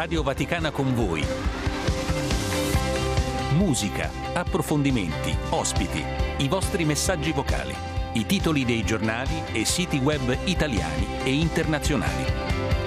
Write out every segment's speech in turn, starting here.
Radio Vaticana con voi. Musica, approfondimenti, ospiti, i vostri messaggi vocali, i titoli dei giornali e siti web italiani e internazionali.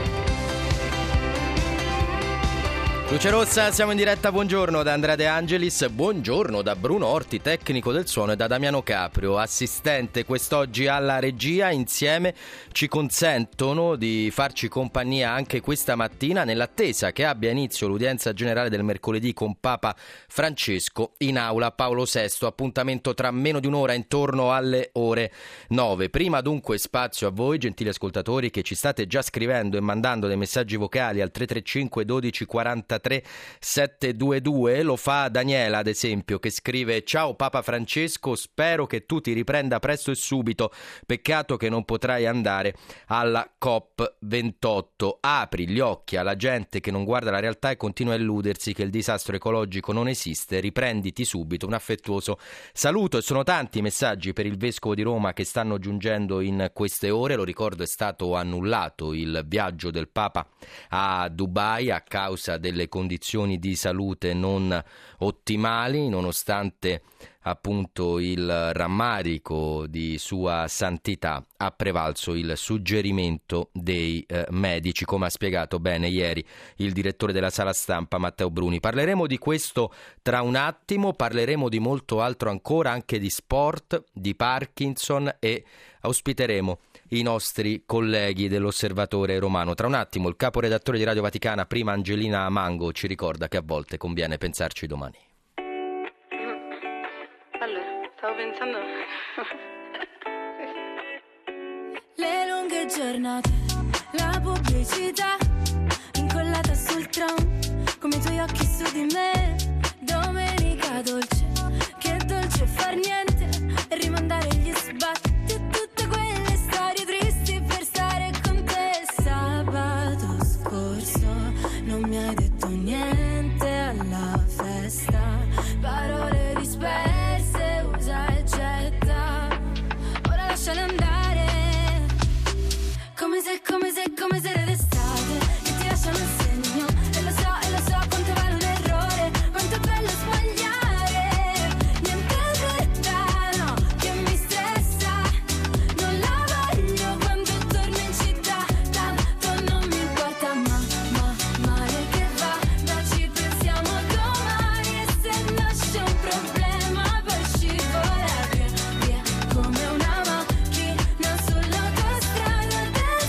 Luce Rossa, siamo in diretta, buongiorno da Andrea De Angelis, buongiorno da Bruno Orti, tecnico del suono, e da Damiano Caprio, assistente quest'oggi alla regia. Insieme ci consentono di farci compagnia anche questa mattina nell'attesa che abbia inizio l'udienza generale del mercoledì con Papa Francesco in aula Paolo VI, appuntamento tra meno di un'ora intorno alle ore 9. Prima dunque spazio a voi, gentili ascoltatori, che ci state già scrivendo e mandando dei messaggi vocali al 335 12 43 722. Lo fa Daniela, ad esempio, che scrive: ciao Papa Francesco, spero che tu ti riprenda presto e subito, peccato che non potrai andare alla COP28. Apri gli occhi alla gente che non guarda la realtà e continua a illudersi che il disastro ecologico non esiste, riprenditi subito. Un affettuoso saluto. E sono tanti i messaggi per il Vescovo di Roma che stanno giungendo in queste ore. Lo ricordo, è stato annullato il viaggio del Papa a Dubai a causa delle condizioni di salute non ottimali, nonostante appunto il rammarico di Sua Santità. Ha prevalso il suggerimento dei medici, come ha spiegato bene ieri il direttore della sala stampa Matteo Bruni. Parleremo di questo tra un attimo, parleremo di molto altro ancora, anche di sport, di Parkinson, e ospiteremo i nostri colleghi dell'Osservatore Romano. Tra un attimo il caporedattore di Radio Vaticana, prima Angelina Mango, ci ricorda che a volte conviene pensarci domani. Allora, stavo pensando... Le lunghe giornate, la pubblicità incollata sul tram, come i tuoi occhi su di me. Domenica dolce, che dolce far niente e rimandare gli sbatti. Tutte quelle storie tristi per stare con te. Sabato scorso non mi hai detto niente alla festa, parole disperse, usa e getta. Ora lasciale andare, come se era d'estate, che ti lasciano il segno. E lo so quanto vale un errore, quanto è bello sbagliare. Niente fretta, no, che mi stressa. Non la voglio quando torno in città, tanto non mi importa, male che va, ci pensiamo domani. E se nasce un problema poi scivola via, come una macchina sull'autostrada del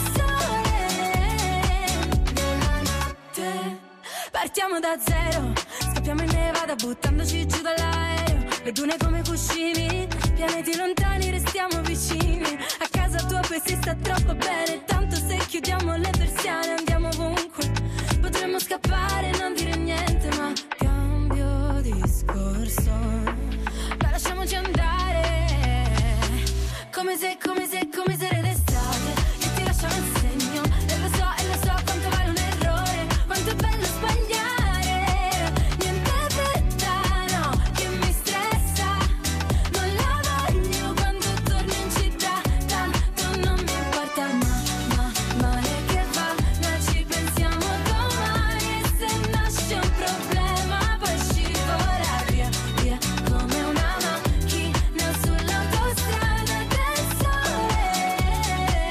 sole della notte. Partiamo da zero, scappiamo in Nevada buttandoci giù dall'aereo. Le dune come cuscini, pianeti lontani restiamo vicini. A casa tua poi si sta troppo bene, tanto se chiudiamo le persiane andiamo ovunque. Potremmo scappare e non dire niente, ma cambio discorso, ma lasciamoci andare, come se era d'estate, che ti lasciano il segno. E lo so quanto vale un errore, quanto è bello sbagliare. Niente fretta, no, che mi stressa. Non la voglio quando torno in città, tanto non mi importa, male che va, ci pensiamo domani. E se nasce un problema poi scivola via, come una macchina sull'autostrada del sole.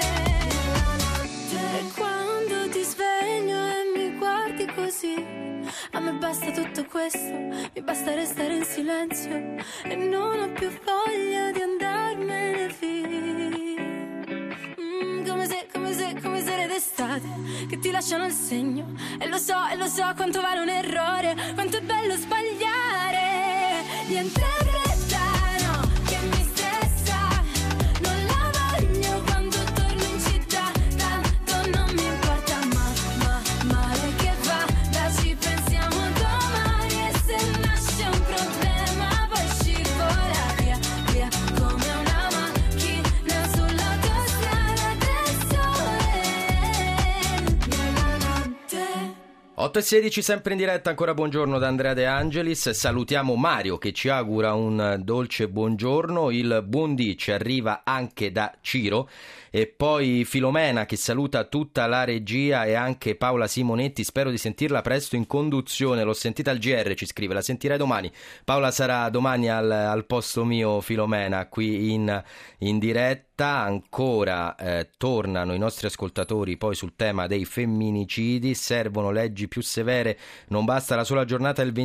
E quando ti sveglio e mi guardi così, a me basta tutto questo, mi basta restare in silenzio e non ho più voglia di andarmene via. Come se era d'estate, che ti lasciano il segno. E lo so quanto vale un errore, quanto è bello sbagliare. Niente fretta, no, che mi stressa. Non la voglio quando torno in città, tanto non mi importa, male che va, ci pensiamo domani. E se nasce un problema poi scivola via, come una macchina sull'autostrada del sole della notte. 8:16 sempre in diretta, ancora buongiorno da Andrea De Angelis. Salutiamo Mario che ci augura un dolce buongiorno. Il buondì ci arriva anche da Ciro e poi Filomena che saluta tutta la regia e anche Paola Simonetti. Spero di sentirla presto in conduzione, l'ho sentita al GR, ci scrive, la sentirei domani. Paola sarà domani al posto mio, Filomena, qui in diretta. Ancora tornano i nostri ascoltatori poi sul tema dei femminicidi, servono leggi più severe, non basta la sola giornata del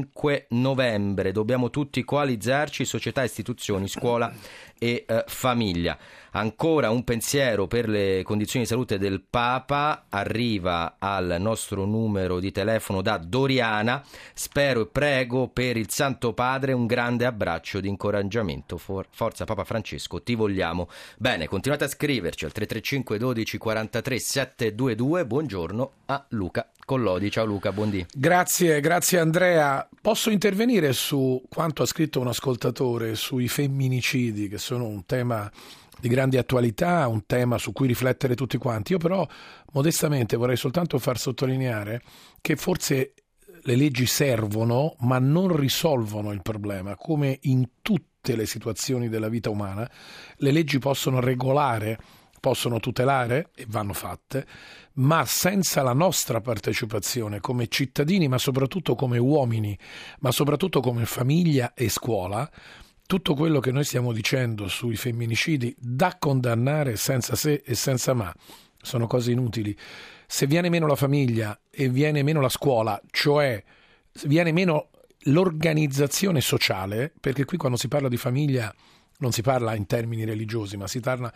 25 novembre, dobbiamo tutti coalizzarci, società, istituzioni, scuola e famiglia. Ancora un pensiero per le condizioni di salute del Papa, arriva al nostro numero di telefono da Doriana. Spero e prego per il Santo Padre un grande abbraccio di incoraggiamento. Forza Papa Francesco, ti vogliamo bene. Continuate a scriverci al 335 12 43 722. Buongiorno a Luca Collodi. Ciao Luca, buondì. Grazie Andrea. Posso intervenire su quanto ha scritto un ascoltatore sui femminicidi, che sono un tema di grande attualità, un tema su cui riflettere tutti quanti. Io però modestamente vorrei soltanto far sottolineare che forse le leggi servono ma non risolvono il problema. Come in tutte le situazioni della vita umana, le leggi possono regolare, possono tutelare e vanno fatte, ma senza la nostra partecipazione come cittadini, ma soprattutto come uomini, ma soprattutto come famiglia e scuola, tutto quello che noi stiamo dicendo sui femminicidi da condannare senza se e senza ma sono cose inutili. Se viene meno la famiglia e viene meno la scuola, cioè viene meno l'organizzazione sociale, perché qui quando si parla di famiglia non si parla in termini religiosi, ma si parla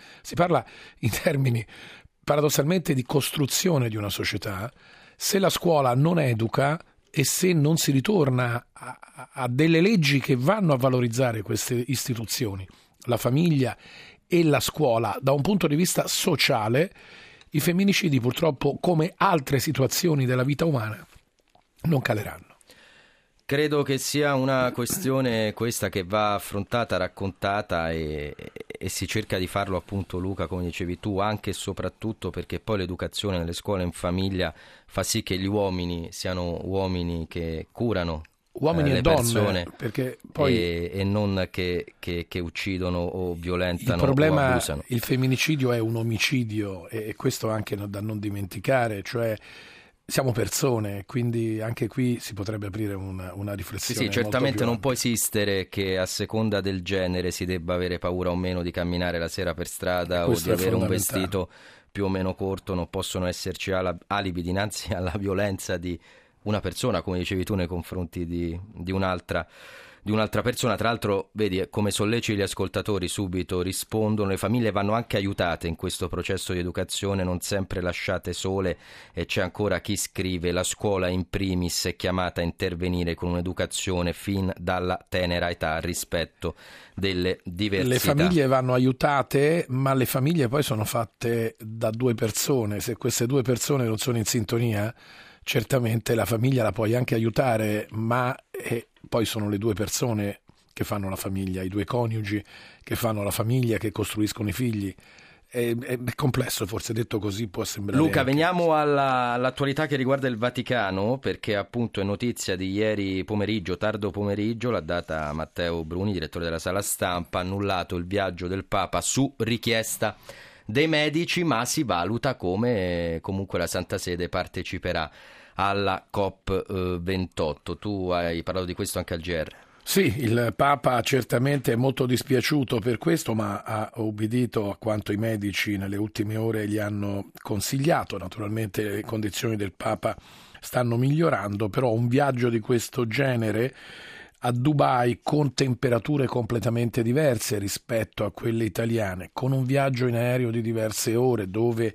in termini paradossalmente di costruzione di una società. Se la scuola non educa e se non si ritorna a delle leggi che vanno a valorizzare queste istituzioni, la famiglia e la scuola, da un punto di vista sociale, i femminicidi purtroppo, come altre situazioni della vita umana, non caleranno. Credo che sia una questione questa che va affrontata, raccontata e si cerca di farlo appunto, Luca, come dicevi tu, anche e soprattutto perché poi l'educazione nelle scuole e in famiglia fa sì che gli uomini siano uomini che curano uomini le e donne, persone, perché poi e non che violentano o abusano. Il problema, il femminicidio è un omicidio e questo anche da non dimenticare, cioè siamo persone, quindi anche qui si potrebbe aprire una riflessione. Sì, certamente non può esistere che a seconda del genere si debba avere paura o meno di camminare la sera per strada o di avere un vestito più o meno corto, non possono esserci alibi dinanzi alla violenza di una persona, come dicevi tu, nei confronti di un'altra persona. Tra l'altro, vedi, come solleciti gli ascoltatori, subito rispondono: le famiglie vanno anche aiutate in questo processo di educazione, non sempre lasciate sole. E c'è ancora chi scrive: la scuola in primis è chiamata a intervenire con un'educazione fin dalla tenera età al rispetto delle diversità. Le famiglie vanno aiutate, ma le famiglie poi sono fatte da due persone. Se queste due persone non sono in sintonia, certamente la famiglia la puoi anche aiutare, ma poi sono le due persone che fanno la famiglia, i due coniugi che fanno la famiglia, che costruiscono i figli. È complesso, forse detto così può sembrare. Luca, anche. Veniamo all'attualità che riguarda il Vaticano, perché appunto è notizia di ieri pomeriggio, tardo pomeriggio, l'ha data Matteo Bruni, direttore della Sala Stampa, ha annullato il viaggio del Papa su richiesta dei medici, ma si valuta come comunque la Santa Sede parteciperà alla COP28. Tu hai parlato di questo anche al GR. Sì, il Papa certamente è molto dispiaciuto per questo, ma ha obbedito a quanto i medici nelle ultime ore gli hanno consigliato. Naturalmente le condizioni del Papa stanno migliorando, però un viaggio di questo genere a Dubai con temperature completamente diverse rispetto a quelle italiane, con un viaggio in aereo di diverse ore dove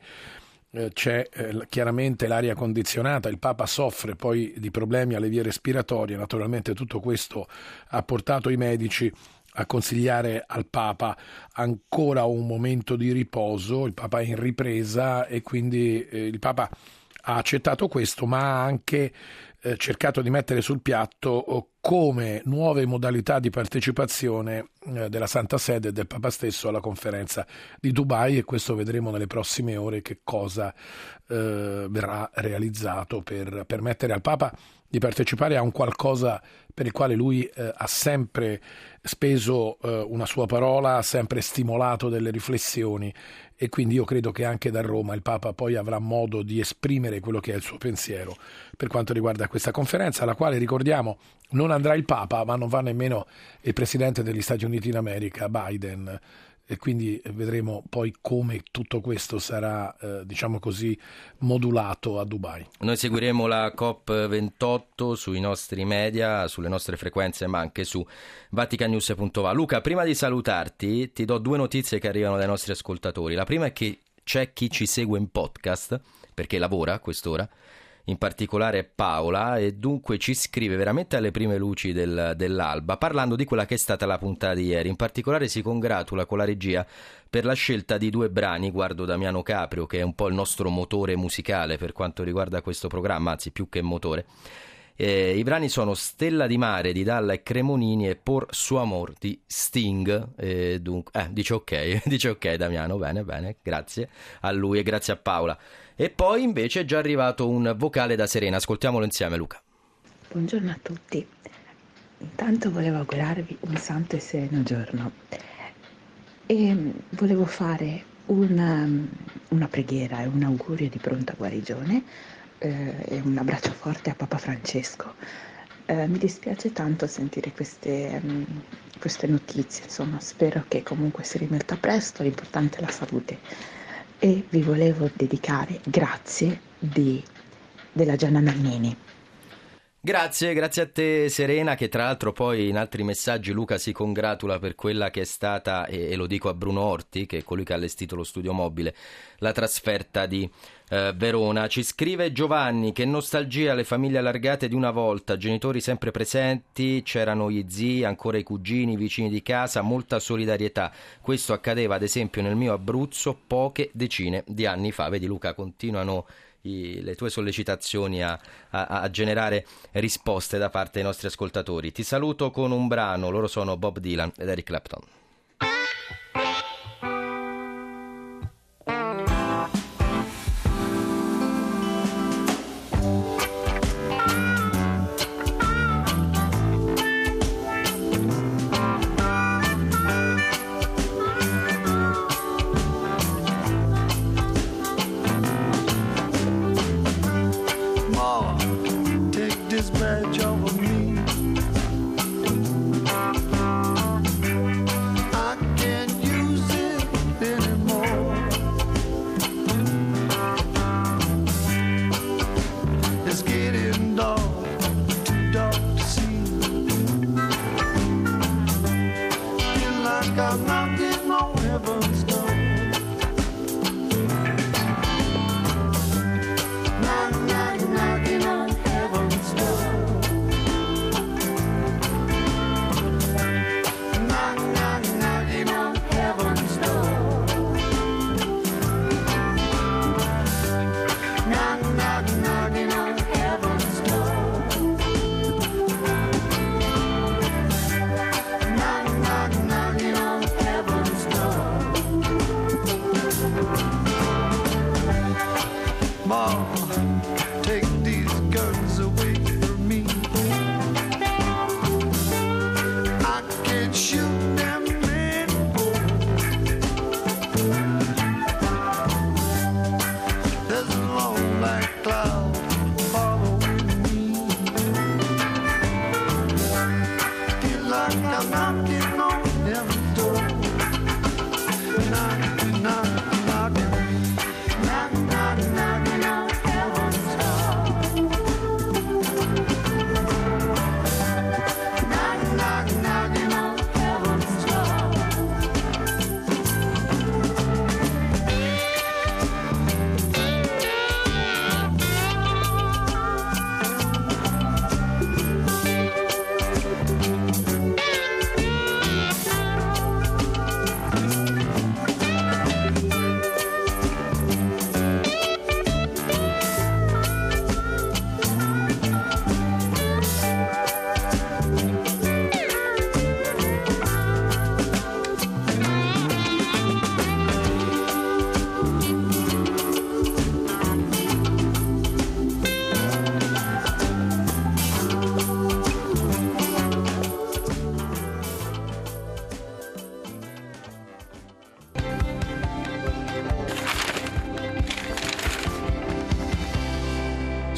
c'è chiaramente l'aria condizionata, il Papa soffre poi di problemi alle vie respiratorie, naturalmente tutto questo ha portato i medici a consigliare al Papa ancora un momento di riposo. Il Papa è in ripresa e quindi il Papa ha accettato questo, ma ha anche cercato di mettere sul piatto come nuove modalità di partecipazione della Santa Sede e del Papa stesso alla conferenza di Dubai, e questo vedremo nelle prossime ore che cosa verrà realizzato per permettere al Papa di partecipare a un qualcosa per il quale lui ha sempre speso una sua parola, ha sempre stimolato delle riflessioni, e quindi io credo che anche da Roma il Papa poi avrà modo di esprimere quello che è il suo pensiero per quanto riguarda questa conferenza, alla quale, ricordiamo, non andrà il Papa, ma non va nemmeno il Presidente degli Stati Uniti d'America, Biden, e quindi vedremo poi come tutto questo sarà, diciamo così, modulato a Dubai. Noi seguiremo la COP28 sui nostri media, sulle nostre frequenze, ma anche su vaticannews.va. Luca, prima di salutarti, ti do 2 notizie che arrivano dai nostri ascoltatori. La prima è che c'è chi ci segue in podcast, perché lavora a quest'ora, in particolare Paola, e dunque ci scrive veramente alle prime luci dell'alba, parlando di quella che è stata la puntata di ieri. In particolare si congratula con la regia per la scelta di 2 brani. Guardo Damiano Caprio, che è un po' il nostro motore musicale per quanto riguarda questo programma, anzi più che motore. I brani sono Stella di mare di Dalla e Cremonini e Por suo amor di Sting. Dunque, dice ok Damiano, bene, grazie a lui e grazie a Paola. E poi invece è già arrivato un vocale da Serena, ascoltiamolo insieme, Luca. Buongiorno a tutti, intanto volevo augurarvi un santo e sereno giorno e volevo fare una preghiera e un augurio di pronta guarigione e un abbraccio forte a Papa Francesco. Mi dispiace tanto sentire queste notizie, insomma, spero che comunque si rimerta presto, l'importante è la salute. E vi volevo dedicare Grazie della Gianna Nannini. Grazie a te Serena, che tra l'altro poi in altri messaggi Luca si congratula per quella che è stata, e lo dico a Bruno Orti, che è colui che ha allestito lo studio mobile, la trasferta di Verona. Ci scrive Giovanni: che nostalgia, le famiglie allargate di una volta, genitori sempre presenti, c'erano gli zii, ancora i cugini, i vicini di casa, molta solidarietà. Questo accadeva ad esempio nel mio Abruzzo poche decine di anni fa. Vedi Luca, continuano le tue sollecitazioni a generare risposte da parte dei nostri ascoltatori. Ti saluto con un brano, loro sono Bob Dylan ed Eric Clapton.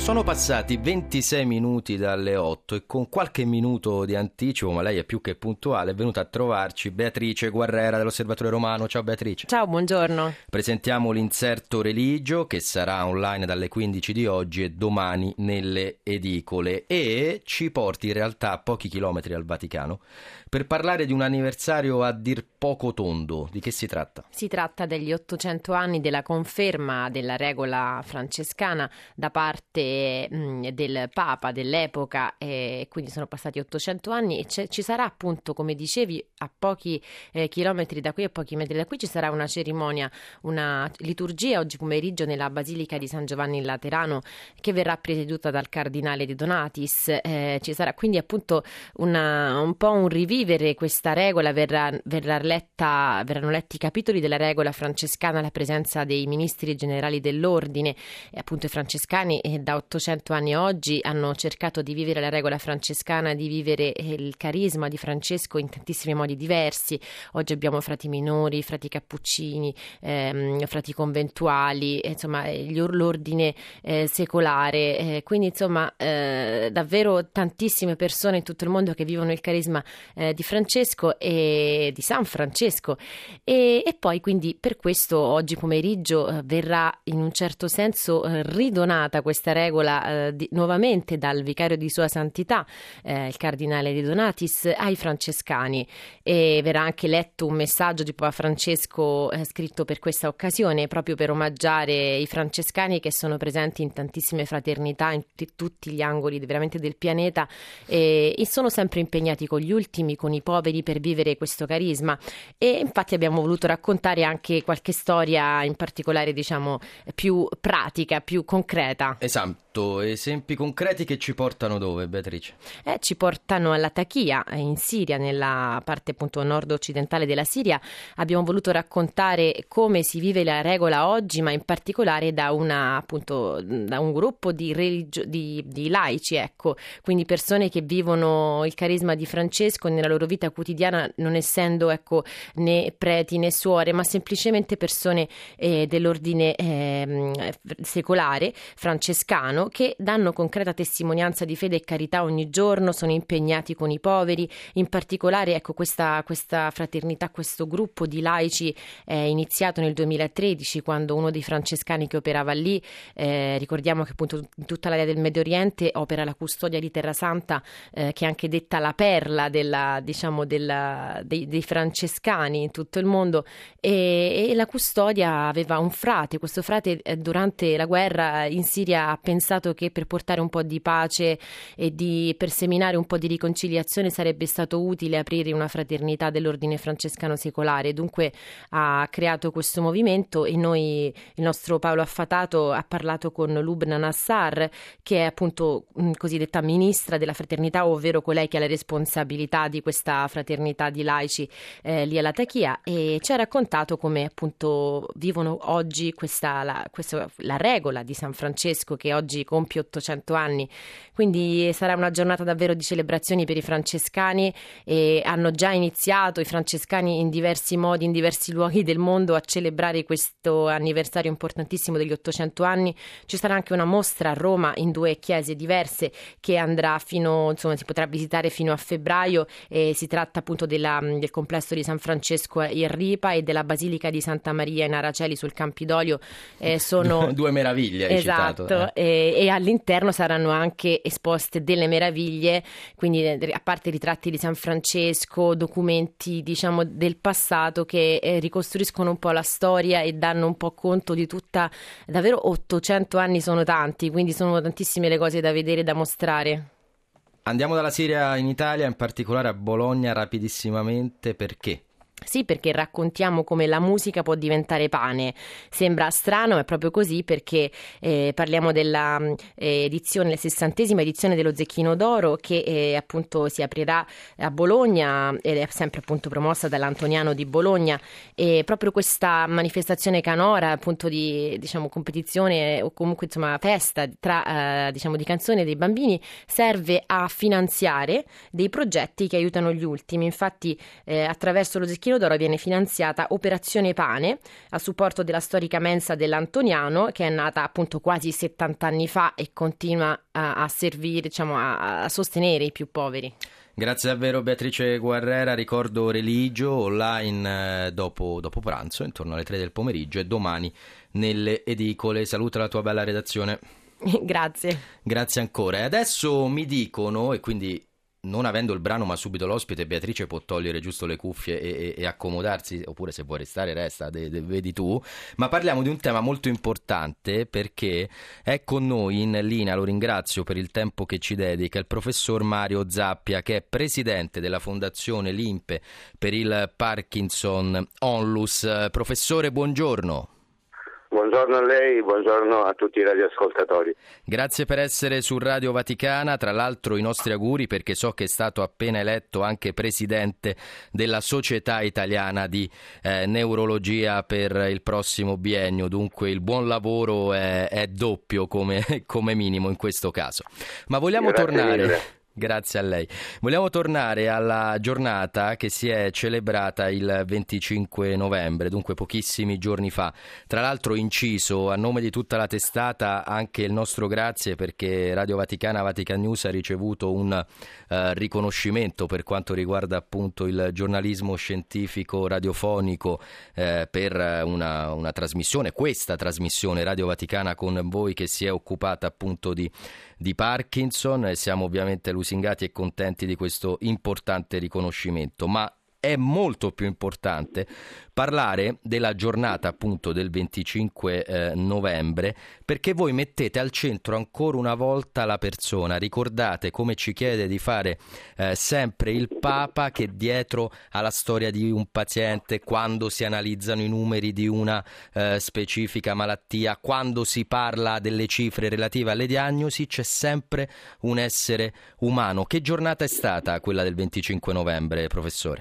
Sono passati 26 minuti dalle 8 e con qualche minuto di anticipo, ma lei è più che puntuale, è venuta a trovarci Beatrice Guerrera dell'Osservatore Romano. Ciao Beatrice. Ciao, buongiorno. Presentiamo l'inserto religio che sarà online dalle 15 di oggi e domani nelle edicole, e ci porti in realtà a pochi chilometri dal Vaticano per parlare di un anniversario a dir poco tondo. Di che si tratta? Si tratta degli 800 anni della conferma della regola francescana da parte del Papa dell'epoca, e quindi sono passati 800 anni e ci sarà, appunto, come dicevi, a pochi chilometri da qui, a pochi metri da qui, ci sarà una cerimonia, una liturgia oggi pomeriggio nella Basilica di San Giovanni in Laterano, che verrà presieduta dal cardinale De Donatis. Ci sarà quindi appunto un po' un rivivere questa regola, verranno letti i capitoli della regola francescana alla presenza dei ministri generali dell'ordine. E appunto i francescani da 800 anni a oggi hanno cercato di vivere la regola francescana, di vivere il carisma di Francesco in tantissimi modi diversi. Oggi abbiamo frati minori, frati cappuccini, frati conventuali, insomma l'ordine secolare, quindi insomma davvero tantissime persone in tutto il mondo che vivono il carisma di Francesco e di San Francesco, e poi quindi per questo oggi pomeriggio verrà in un certo senso ridonata questa regola nuovamente dal vicario di Sua Santità, il cardinale De Donatis, ai francescani, e verrà anche letto un messaggio di Papa Francesco scritto per questa occasione, proprio per omaggiare i francescani che sono presenti in tantissime fraternità in tutti gli angoli veramente del pianeta, e sono sempre impegnati con gli ultimi, con i poveri, per vivere questo carisma. E infatti abbiamo voluto raccontare anche qualche storia in particolare, diciamo, più pratica, più concreta. Esatto, esempi concreti che ci portano dove, Beatrice? Ci portano alla Latakia, in Siria, nella parte appunto nord-occidentale della Siria. Abbiamo voluto raccontare come si vive la regola oggi, ma in particolare da un gruppo di laici, ecco, quindi persone che vivono il carisma di Francesco nella loro vita quotidiana, non essendo, ecco, né preti né suore, ma semplicemente persone dell'ordine secolare francescano, che danno concreta testimonianza di fede e carità ogni giorno, sono impegnati con i poveri. In particolare, ecco, questa fraternità, questo gruppo di laici è iniziato nel 2013, quando uno dei francescani che operava lì, ricordiamo che appunto in tutta l'area del Medio Oriente opera la custodia di Terra Santa, che è anche detta la perla dei francescani in tutto il mondo, e la custodia aveva un frate. Questo frate durante la guerra in Siria ha pensato che per portare un po' di pace e per seminare un po' di riconciliazione sarebbe stato utile aprire una fraternità dell'ordine francescano secolare. Dunque ha creato questo movimento, e il nostro Paolo Affatato ha parlato con Lubna Nassar, che è appunto cosiddetta ministra della fraternità, ovvero colei che ha la responsabilità di questa fraternità di laici lì alla Latakia, e ci ha raccontato come appunto vivono oggi la regola di San Francesco, che oggi compie 800 anni. Quindi sarà una giornata davvero di celebrazioni per i francescani, e hanno già iniziato i francescani in diversi modi, in diversi luoghi del mondo, a celebrare questo anniversario importantissimo degli 800 anni. Ci sarà anche una mostra a Roma in 2 chiese diverse che andrà si potrà visitare fino a febbraio, e si tratta appunto del complesso di San Francesco in Ripa e della Basilica di Santa Maria in Araceli sul Campidoglio. Sono 2 meraviglie, hai esatto, citato. E all'interno saranno anche esposte delle meraviglie, quindi a parte i ritratti di San Francesco, documenti, diciamo, del passato che ricostruiscono un po' la storia e danno un po' conto di tutta. Davvero 800 anni sono tanti, quindi sono tantissime le cose da vedere, da mostrare. Andiamo dalla Siria in Italia, in particolare a Bologna, rapidissimamente. Perché? Sì, perché raccontiamo come la musica può diventare pane. Sembra strano, ma è proprio così, perché parliamo della edizione, la 60ª edizione dello Zecchino d'Oro, che appunto si aprirà a Bologna ed è sempre appunto promossa dall'Antoniano di Bologna. E proprio questa manifestazione canora, appunto di, diciamo, competizione o comunque insomma festa tra diciamo di canzoni dei bambini, serve a finanziare dei progetti che aiutano gli ultimi. Infatti attraverso lo Zecchino Marchino d'Oro viene finanziata Operazione Pane a supporto della storica mensa dell'Antoniano, che è nata appunto quasi 70 anni fa e continua a servire, diciamo, a sostenere i più poveri. Grazie davvero Beatrice Guerrera. Ricordo Religio online dopo pranzo, intorno alle 3 del pomeriggio, e domani nelle edicole. Saluta la tua bella redazione. Grazie. Grazie ancora. E adesso mi dicono, e quindi non avendo il brano ma subito l'ospite, Beatrice può togliere giusto le cuffie e accomodarsi, oppure se vuoi restare resta, vedi tu, ma parliamo di un tema molto importante, perché è con noi in linea, lo ringrazio per il tempo che ci dedica, il professor Mario Zappia, che è presidente della Fondazione Limpe per il Parkinson Onlus. Professore, buongiorno. Buongiorno a lei, buongiorno a tutti i radioascoltatori. Grazie per essere su Radio Vaticana, tra l'altro i nostri auguri, perché so che è stato appena eletto anche presidente della Società Italiana di Neurologia per il prossimo biennio, dunque il buon lavoro è doppio come minimo in questo caso. Ma vogliamo tornare... Mille. Grazie a lei. Vogliamo tornare alla giornata che si è celebrata il 25 novembre, dunque pochissimi giorni fa. Tra l'altro inciso a nome di tutta la testata anche il nostro grazie, perché Radio Vaticana, Vatican News ha ricevuto un riconoscimento per quanto riguarda appunto il giornalismo scientifico radiofonico per una trasmissione, questa trasmissione Radio Vaticana con voi, che si è occupata appunto di Parkinson, e siamo ovviamente lusingati e contenti di questo importante riconoscimento, ma è molto più importante parlare della giornata appunto del 25 novembre, perché voi mettete al centro ancora una volta la persona. Ricordate, come ci chiede di fare sempre il Papa, che dietro alla storia di un paziente, quando si analizzano i numeri di una specifica malattia, quando si parla delle cifre relative alle diagnosi, c'è sempre un essere umano. Che giornata è stata quella del 25 novembre, professore?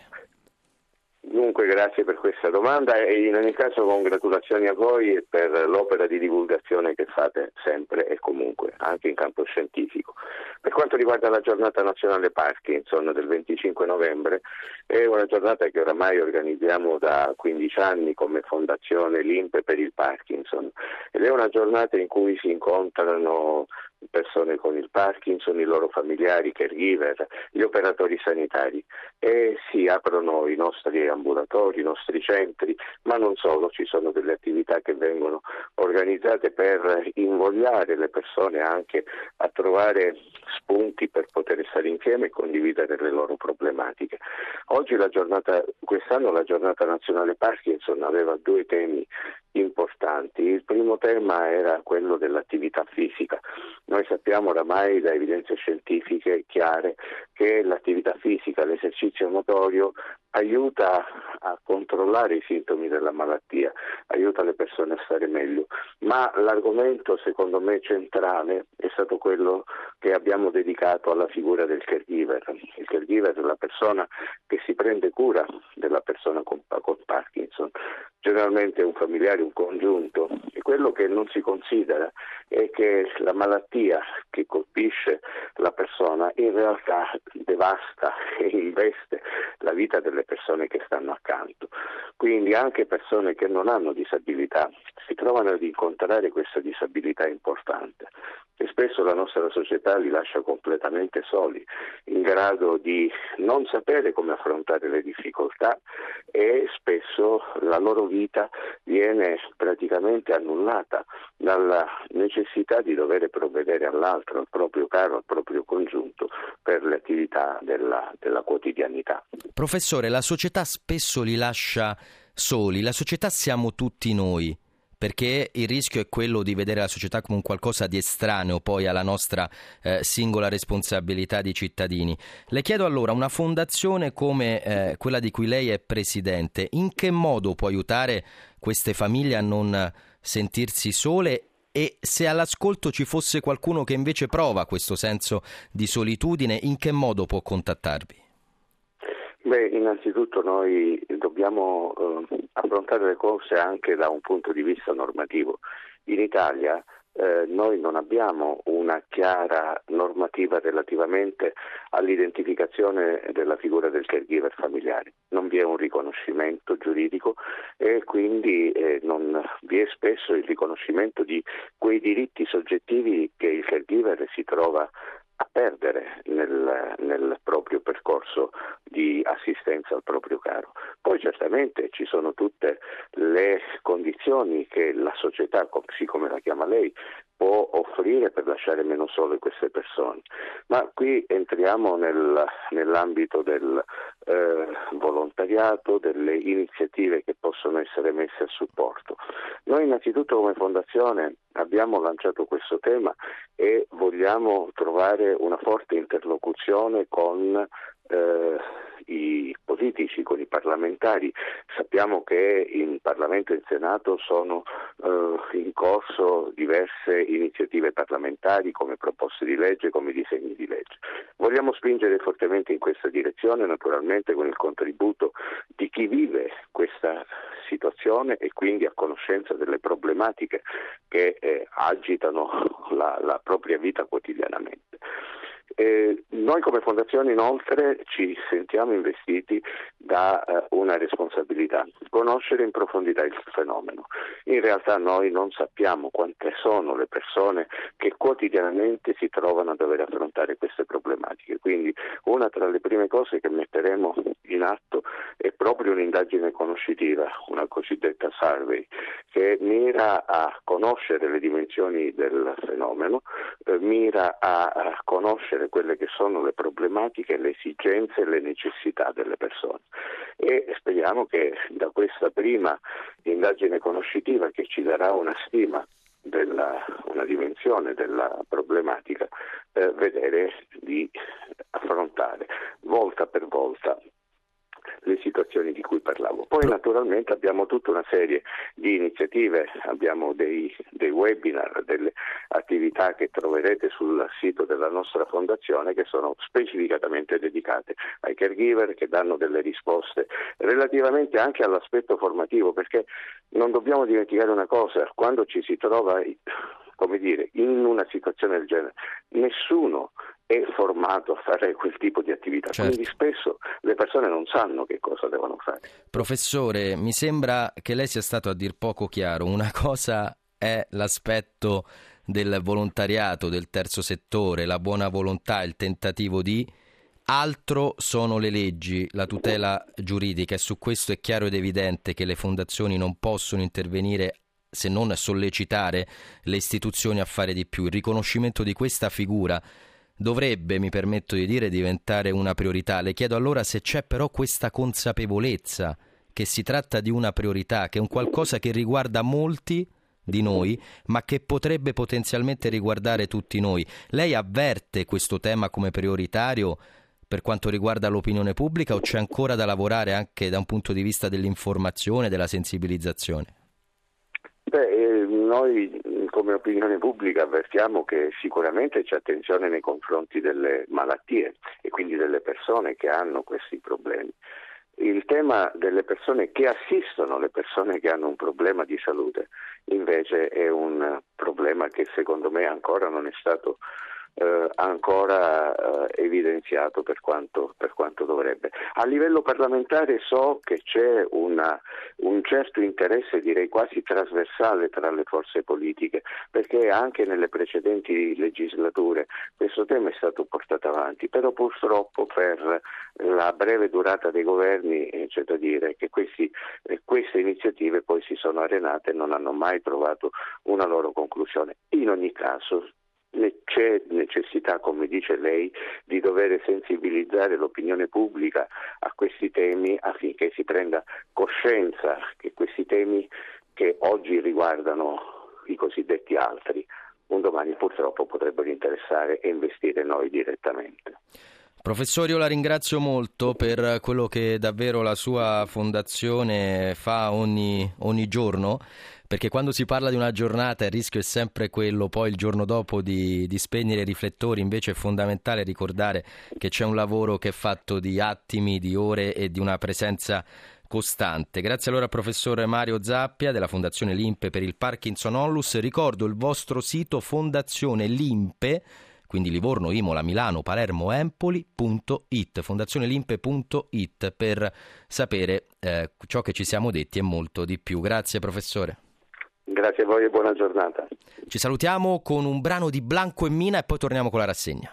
Dunque, grazie per questa domanda e in ogni caso congratulazioni a voi per l'opera di divulgazione che fate sempre e comunque, anche in campo scientifico. Per quanto riguarda la giornata nazionale Parkinson del 25 novembre, è una giornata che oramai organizziamo da 15 anni come Fondazione Limpe per il Parkinson, ed è una giornata in cui si incontrano persone con il Parkinson, i loro familiari, caregiver, gli operatori sanitari, e si aprono i nostri ambulatori, i nostri centri, ma non solo, ci sono delle attività che vengono organizzate per invogliare le persone anche a trovare spunti per poter stare insieme e condividere le loro problematiche. Oggi quest'anno la giornata nazionale Parkinson aveva due temi importanti. Il primo tema era quello dell'attività fisica. Noi sappiamo oramai da evidenze scientifiche chiare che l'attività fisica, l'esercizio motorio aiuta a controllare i sintomi della malattia, aiuta le persone a stare meglio, ma l'argomento secondo me centrale è stato quello che abbiamo dedicato alla figura del caregiver. Il caregiver è la persona che si prende cura della persona con Parkinson, generalmente un familiare, un congiunto, e quello che non si considera è che la malattia che colpisce la persona in realtà devasta e investe la vita delle persone che stanno accanto. Quindi anche persone che non hanno disabilità si trovano ad incontrare questa disabilità importante, e spesso la nostra società li lascia completamente soli, in grado di non sapere come affrontare le difficoltà, e spesso la loro vita viene praticamente annullata dalla necessità di dover provvedere all'altro, al proprio caro, al proprio congiunto, per le attività della quotidianità. Professore, la società spesso li lascia soli, la società siamo tutti noi, perché il rischio è quello di vedere la società come un qualcosa di estraneo poi alla nostra singola responsabilità di cittadini. Le chiedo allora, una fondazione come quella di cui lei è presidente, in che modo può aiutare queste famiglie a non sentirsi sole, e se all'ascolto ci fosse qualcuno che invece prova questo senso di solitudine, in che modo può contattarvi? Innanzitutto noi dobbiamo affrontare le cose anche da un punto di vista normativo. In Italia noi non abbiamo una chiara normativa relativamente all'identificazione della figura del caregiver familiare, non vi è un riconoscimento giuridico e quindi non vi è spesso il riconoscimento di quei diritti soggettivi che il caregiver si trova a perdere nel proprio percorso di assistenza al proprio caro. Poi certamente ci sono tutte le condizioni che la società, così come la chiama lei, può offrire per lasciare meno sole queste persone, ma qui entriamo nell'ambito del volontariato, delle iniziative che possono essere messe a supporto. Noi innanzitutto come Fondazione abbiamo lanciato questo tema e vogliamo trovare una forte interlocuzione con i politici, con i parlamentari. Sappiamo che in Parlamento e in Senato sono in corso diverse iniziative parlamentari come proposte di legge, come disegni di legge. Vogliamo spingere fortemente in questa direzione, naturalmente con il contributo di chi vive questa situazione e quindi a conoscenza delle problematiche che agitano la propria vita quotidianamente. Noi come Fondazione inoltre ci sentiamo investiti da una responsabilità, conoscere in profondità il fenomeno. In realtà noi non sappiamo quante sono le persone che quotidianamente si trovano a dover affrontare queste problematiche, quindi una tra le prime cose che metteremo in atto è proprio un'indagine conoscitiva, una cosiddetta survey, che mira a conoscere le dimensioni del fenomeno, mira a conoscere quelle che sono le problematiche, le esigenze e le necessità delle persone e speriamo che da questa prima indagine conoscitiva che ci darà una stima una dimensione della problematica, vedere di affrontare volta per volta le situazioni di cui parlavo. Poi naturalmente abbiamo tutta una serie di iniziative, abbiamo dei webinar, delle attività che troverete sul sito della nostra fondazione che sono specificatamente dedicate ai caregiver, che danno delle risposte relativamente anche all'aspetto formativo, perché non dobbiamo dimenticare una cosa: quando ci si trova in una situazione del genere, nessuno è formato a fare quel tipo di attività, certo. Quindi spesso le persone non sanno che cosa devono fare. Professore, mi sembra che lei sia stato a dir poco chiaro. Una cosa è l'aspetto del volontariato, del terzo settore, la buona volontà, il tentativo di... Altro sono le leggi, la tutela giuridica, e su questo è chiaro ed evidente che le fondazioni non possono intervenire se non sollecitare le istituzioni a fare di più. Il riconoscimento di questa figura dovrebbe, mi permetto di dire, diventare una priorità. Le chiedo allora se c'è però questa consapevolezza che si tratta di una priorità, che è un qualcosa che riguarda molti di noi, ma che potrebbe potenzialmente riguardare tutti noi. Lei avverte questo tema come prioritario per quanto riguarda l'opinione pubblica, o c'è ancora da lavorare anche da un punto di vista dell'informazione, della sensibilizzazione? Noi come opinione pubblica avvertiamo che sicuramente c'è attenzione nei confronti delle malattie e quindi delle persone che hanno questi problemi. Il tema delle persone che assistono le persone che hanno un problema di salute invece è un problema che secondo me ancora non è stato evidenziato per quanto dovrebbe. A livello parlamentare so che c'è un certo interesse, direi quasi trasversale, tra le forze politiche, perché anche nelle precedenti legislature questo tema è stato portato avanti, però purtroppo per la breve durata dei governi c'è da dire che queste iniziative poi si sono arenate e non hanno mai trovato una loro conclusione. In ogni caso c'è necessità, come dice lei, di dover sensibilizzare l'opinione pubblica a questi temi affinché si prenda coscienza che questi temi che oggi riguardano i cosiddetti altri, un domani purtroppo potrebbero interessare e investire noi direttamente. Professore, io la ringrazio molto per quello che davvero la sua fondazione fa ogni giorno, perché quando si parla di una giornata il rischio è sempre quello poi il giorno dopo di spegnere i riflettori. Invece è fondamentale ricordare che c'è un lavoro che è fatto di attimi, di ore e di una presenza costante. Grazie allora al professor Mario Zappia della Fondazione Limpe per il Parkinson Onlus. Ricordo il vostro sito Fondazione Limpe, quindi Livorno, Imola, Milano, Palermo, Empoli.it, fondazionelimpe.it, per sapere ciò che ci siamo detti e molto di più. Grazie professore. Grazie a voi e buona giornata. Ci salutiamo con un brano di Blanco e Mina e poi torniamo con la rassegna.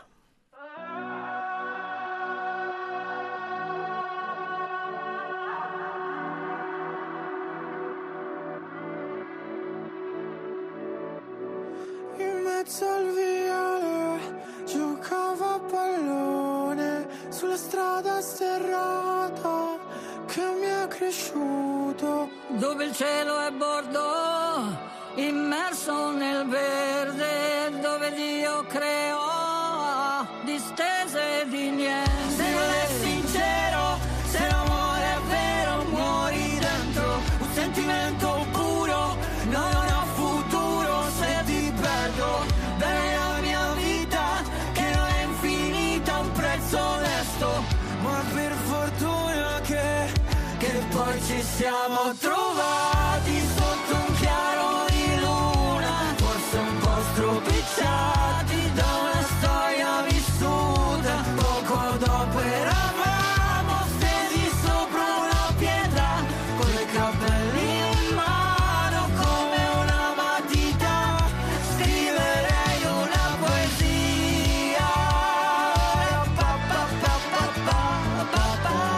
In mezzo al viale giocavo a pallone sulla strada sterrata che mi è cresciuto, dove il cielo è bordo immerso nel verde, dove Dio creò distese di niente. Se non è sincero, se l'amore è vero, muori dentro un sentimento puro. No, non ho futuro se ti perdo. Bene la mia vita che non è infinita, un prezzo onesto, ma per fortuna che poi ci siamo trovati sotto un chiaro di luna, forse un po' stropicciati da una storia vissuta. Poco dopo eravamo stesi sopra una pietra, con i capelli in mano come una matita. Scriverei una poesia, pa, pa, pa, pa, pa, pa, pa.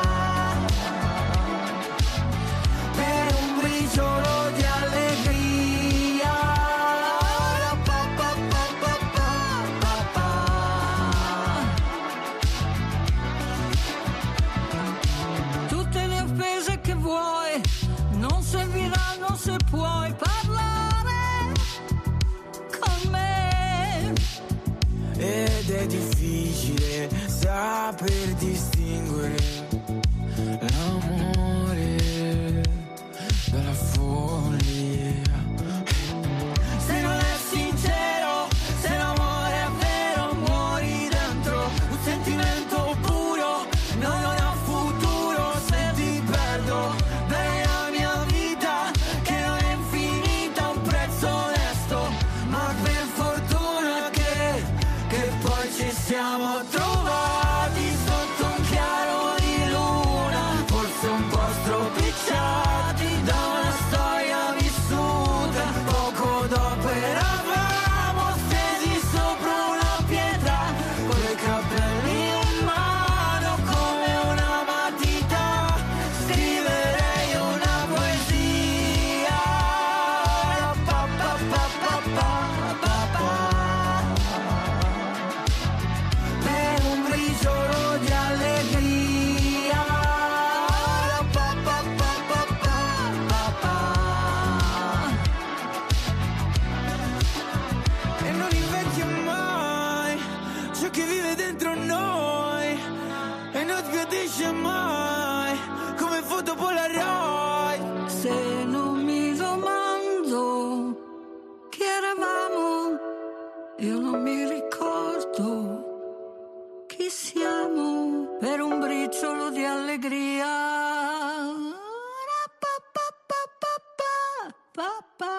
Per un briciolo di allegria, pa, pa, pa, pa, pa, pa, pa. Tutte le offese che vuoi non serviranno se puoi parlare con me. ed è difficile saper distinguere l'amore dalla follia. Se non è sincero, se l'amore è vero, muori dentro un sentimento puro. No, non ho futuro se ti perdo. Bene la mia vita che non è infinita, un prezzo onesto, ma per fortuna che poi ci siamo trovati sotto un chiaro di luna, forse un po' stropicciati da una storia vissuta. Poco dopo eravamo stesi sopra una pietra, con i capelli in mano come una matita. Scriverei una poesia, pa, pa, pa, pa, pa, pa, pa. Per un briciolo di allegria, pa, pa, pa, pa, pa, pa, pa. E non invecchia mai ciò che vive dentro noi, e non sbiadisce mai come foto Polaroid. Se non mi domando chi eravamo, io non mi ricordo chi siamo. Per un briciolo di allegria, pa, pa, pa, pa, pa, pa, pa.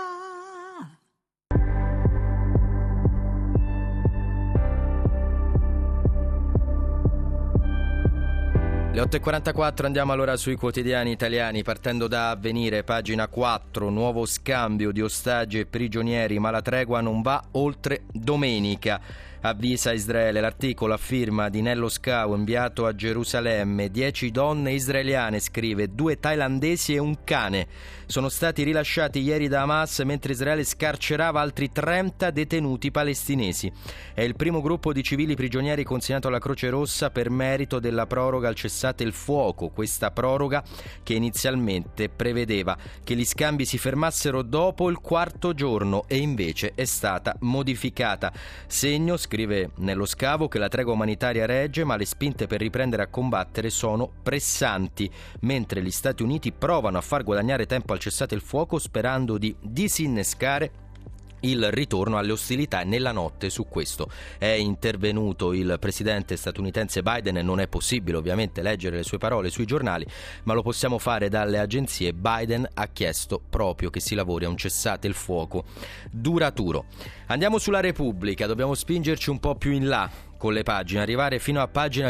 Le 8.44, andiamo allora sui quotidiani italiani, partendo da Avvenire, pagina 4, nuovo scambio di ostaggi e prigionieri, ma la tregua non va oltre domenica. Avvisa Israele, l'articolo a firma di Nello Scavo inviato a Gerusalemme. 10 donne israeliane, scrive, 2 thailandesi e un cane sono stati rilasciati ieri da Hamas mentre Israele scarcerava altri 30 detenuti palestinesi. È il primo gruppo di civili prigionieri consegnato alla Croce Rossa per merito della proroga al cessate il fuoco. Questa proroga che inizialmente prevedeva che gli scambi si fermassero dopo il 4° giorno e invece è stata modificata. Segno, scrive Nello Scavo, che la tregua umanitaria regge, ma le spinte per riprendere a combattere sono pressanti, mentre gli Stati Uniti provano a far guadagnare tempo al cessate il fuoco sperando di disinnescare il ritorno alle ostilità. Nella notte su questo è intervenuto il presidente statunitense Biden. Non è possibile ovviamente leggere le sue parole sui giornali, ma lo possiamo fare dalle agenzie. Biden ha chiesto proprio che si lavori a un cessate il fuoco duraturo. Andiamo sulla Repubblica, dobbiamo spingerci un po' più in là con le pagine, arrivare fino a pagina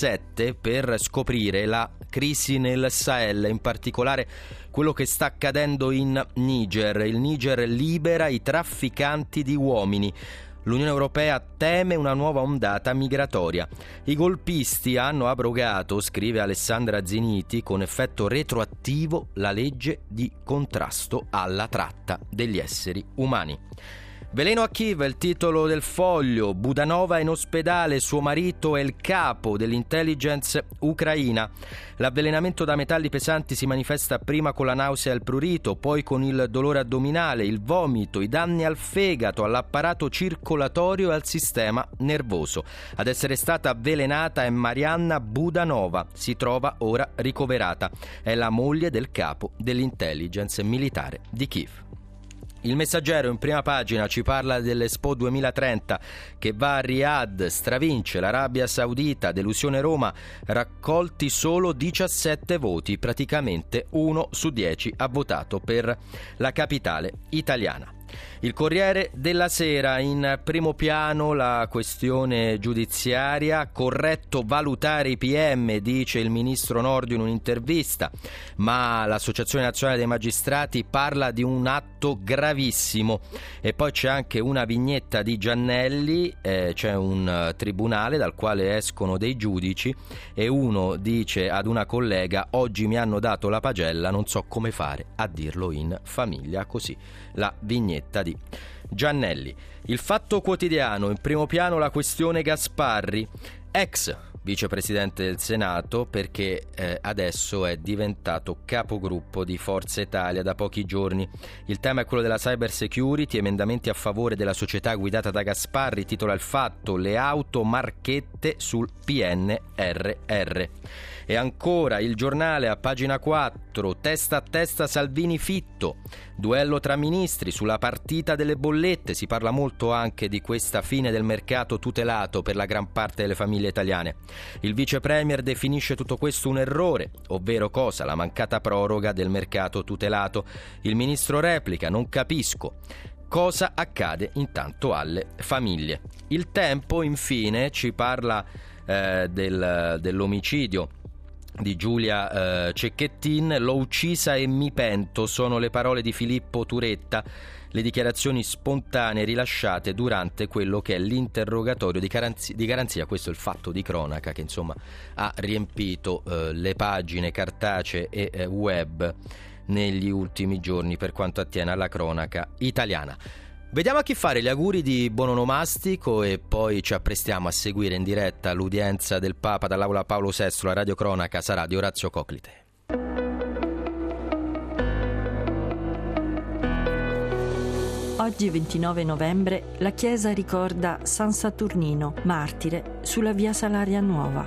17 per scoprire la crisi nel Sahel, in particolare quello che sta accadendo in Niger. Il Niger libera i trafficanti di uomini. L'Unione Europea teme una nuova ondata migratoria. I golpisti hanno abrogato, scrive Alessandra Ziniti, con effetto retroattivo la legge di contrasto alla tratta degli esseri umani. Veleno a Kiev è il titolo del Foglio. Budanova in ospedale, suo marito è il capo dell'intelligence ucraina. L'avvelenamento da metalli pesanti si manifesta prima con la nausea e il prurito, poi con il dolore addominale, il vomito, i danni al fegato, all'apparato circolatorio e al sistema nervoso. Ad essere stata avvelenata è Marianna Budanova, si trova ora ricoverata. È la moglie del capo dell'intelligence militare di Kiev. Il Messaggero in prima pagina ci parla dell'Expo 2030 che va a Riyadh, stravince l'Arabia Saudita, delusione Roma, raccolti solo 17 voti, praticamente 1 su 10 ha votato per la capitale italiana. Il Corriere della Sera, in primo piano la questione giudiziaria, corretto valutare i PM, dice il ministro Nordio in un'intervista, ma l'Associazione Nazionale dei Magistrati parla di un atto gravissimo. E poi c'è anche una vignetta di Giannelli, c'è un tribunale dal quale escono dei giudici e uno dice ad una collega: oggi mi hanno dato la pagella, non so come fare a dirlo in famiglia. Così la vignetta di Giannelli. Il Fatto Quotidiano, in primo piano la questione Gasparri, ex vicepresidente del Senato, perché adesso è diventato capogruppo di Forza Italia da pochi giorni. Il tema è quello della cyber security, emendamenti a favore della società guidata da Gasparri, titola il Fatto, le auto marchette sul PNRR. E ancora il Giornale a pagina 4, testa a testa Salvini-Fitto, duello tra ministri sulla partita delle bollette. Si parla molto anche di questa fine del mercato tutelato per la gran parte delle famiglie italiane. Il vice premier definisce tutto questo un errore, ovvero cosa? La mancata proroga del mercato tutelato. Il ministro replica: non capisco. Cosa accade intanto alle famiglie? Il Tempo infine ci parla dell'omicidio di Giulia Cecchettin. L'ho uccisa e mi pento, sono le parole di Filippo Turetta, le dichiarazioni spontanee rilasciate durante quello che è l'interrogatorio di garanzia. Questo è il fatto di cronaca che insomma ha riempito le pagine cartacee e web negli ultimi giorni per quanto attiene alla cronaca italiana. Vediamo a chi fare gli auguri di buon onomastico e poi ci apprestiamo a seguire in diretta l'udienza del Papa dall'Aula Paolo VI. La radiocronaca sarà di Orazio Coclite. Oggi 29 novembre la Chiesa ricorda San Saturnino, martire, sulla via Salaria Nuova.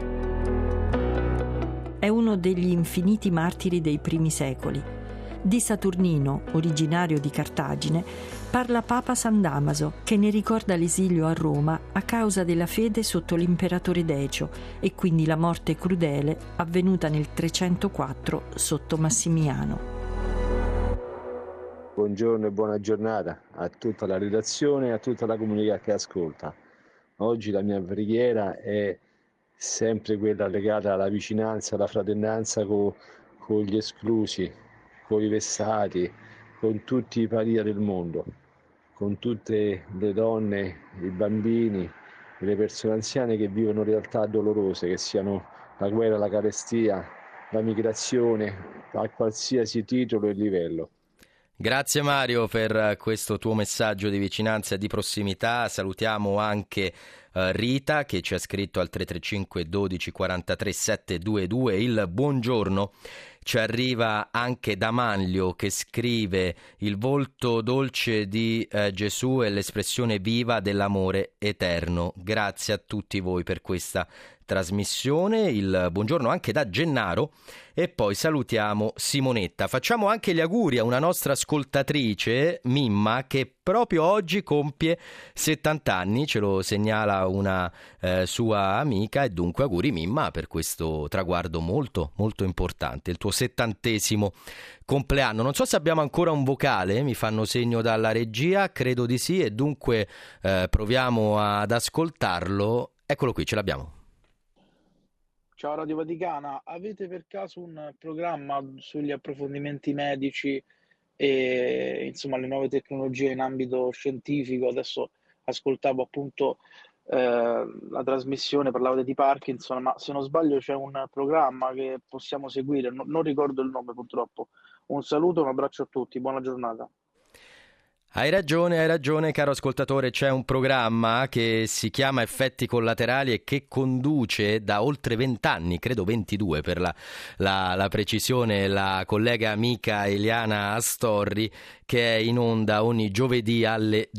È uno degli infiniti martiri dei primi secoli. Di Saturnino, originario di Cartagine, parla Papa San Damaso, che ne ricorda l'esilio a Roma a causa della fede sotto l'imperatore Decio e quindi la morte crudele avvenuta nel 304 sotto Massimiano. Buongiorno e buona giornata a tutta la redazione e a tutta la comunità che ascolta. Oggi la mia preghiera è sempre quella legata alla vicinanza, alla fratellanza con gli esclusi, con i vessati, con tutti i paria del mondo, con tutte le donne, i bambini e le persone anziane che vivono realtà dolorose, che siano la guerra, la carestia, la migrazione, a qualsiasi titolo e livello. Grazie Mario per questo tuo messaggio di vicinanza e di prossimità. Salutiamo anche Rita che ci ha scritto al 335 12 43 722 il buongiorno. Ci arriva anche da Manlio che scrive: il volto dolce di Gesù è l'espressione viva dell'amore eterno. Grazie a tutti voi per questa trasmissione. Il buongiorno anche da Gennaro e poi salutiamo Simonetta. Facciamo anche gli auguri a una nostra ascoltatrice, Mimma, che proprio oggi compie 70 anni, ce lo segnala una sua amica, e dunque auguri Mimma per questo traguardo molto molto importante, il tuo 70° compleanno. Non so se abbiamo ancora un vocale, mi fanno segno dalla regia, credo di sì, e dunque proviamo ad ascoltarlo. Eccolo qui, ce l'abbiamo. Ciao Radio Vaticana, avete per caso un programma sugli approfondimenti medici e insomma le nuove tecnologie in ambito scientifico? Adesso ascoltavo appunto la trasmissione, parlavate di Parkinson, ma se non sbaglio c'è un programma che possiamo seguire, non ricordo il nome purtroppo. Un saluto, un abbraccio a tutti, buona giornata. Hai ragione caro ascoltatore, c'è un programma che si chiama Effetti Collaterali e che conduce da oltre 20 anni, credo 22 per la precisione, la collega amica Eliana Astorri, che è in onda ogni giovedì alle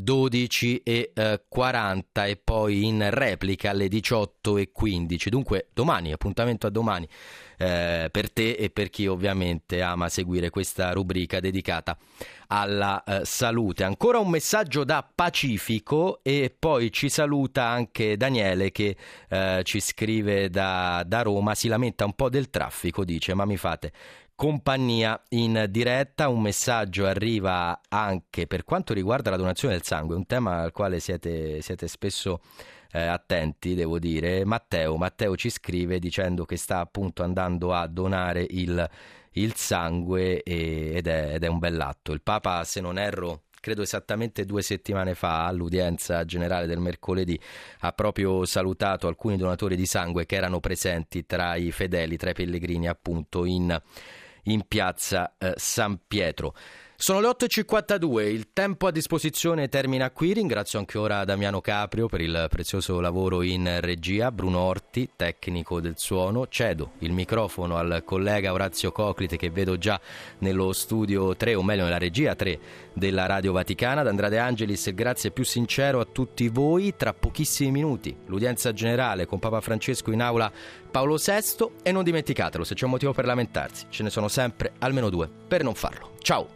12:40 e poi in replica alle 18:15. Dunque domani, appuntamento a domani per te e per chi ovviamente ama seguire questa rubrica dedicata alla salute. Ancora un messaggio da Pacifico e poi ci saluta anche Daniele che ci scrive da Roma, si lamenta un po' del traffico, dice ma mi fate compagnia in diretta. Un messaggio arriva anche per quanto riguarda la donazione del sangue, un tema al quale siete spesso attenti, devo dire. Matteo ci scrive dicendo che sta appunto andando a donare il sangue ed è un bell'atto. Il Papa, se non erro, credo esattamente 2 settimane fa, all'udienza generale del mercoledì, ha proprio salutato alcuni donatori di sangue che erano presenti tra i fedeli, tra i pellegrini appunto in piazza San Pietro. Sono le 8:52, il tempo a disposizione termina qui. Ringrazio anche ora Damiano Caprio per il prezioso lavoro in regia, Bruno Orti, tecnico del suono. Cedo il microfono al collega Orazio Coclite, che vedo già nello studio 3, o meglio nella regia 3 della Radio Vaticana. Da Andrea De Angelis il grazie più sincero a tutti voi. Tra pochissimi minuti l'udienza generale con Papa Francesco, in aula Paolo VI, e non dimenticatelo, se c'è un motivo per lamentarsi ce ne sono sempre almeno 2 per non farlo. Ciao!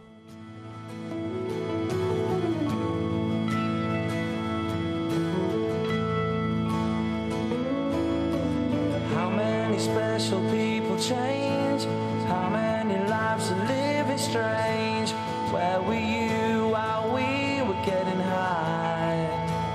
Special people change. How many lives are living strange? Where were you while we were getting high?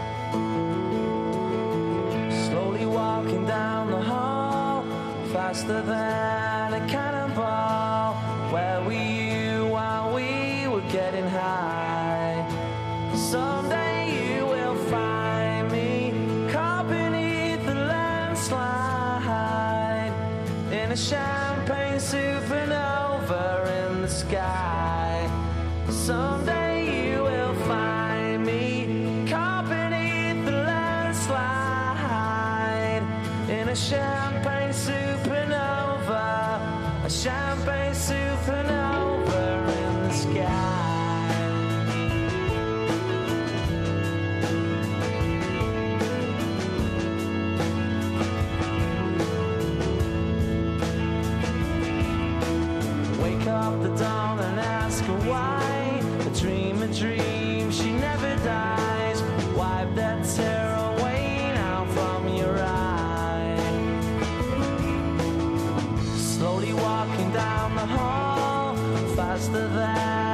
Slowly walking down the hall, faster than a cannonball. Where were you while we were getting high? Someday you will find me caught beneath the landslide in a champagne supernova in the sky. Someday you will find me caught beneath the landslide in a champagne supernova, a champagne supernova in the sky. Up the dawn and ask her why. A dream, she never dies. Wipe that tear away now from your eye. Slowly walking down the hall, faster than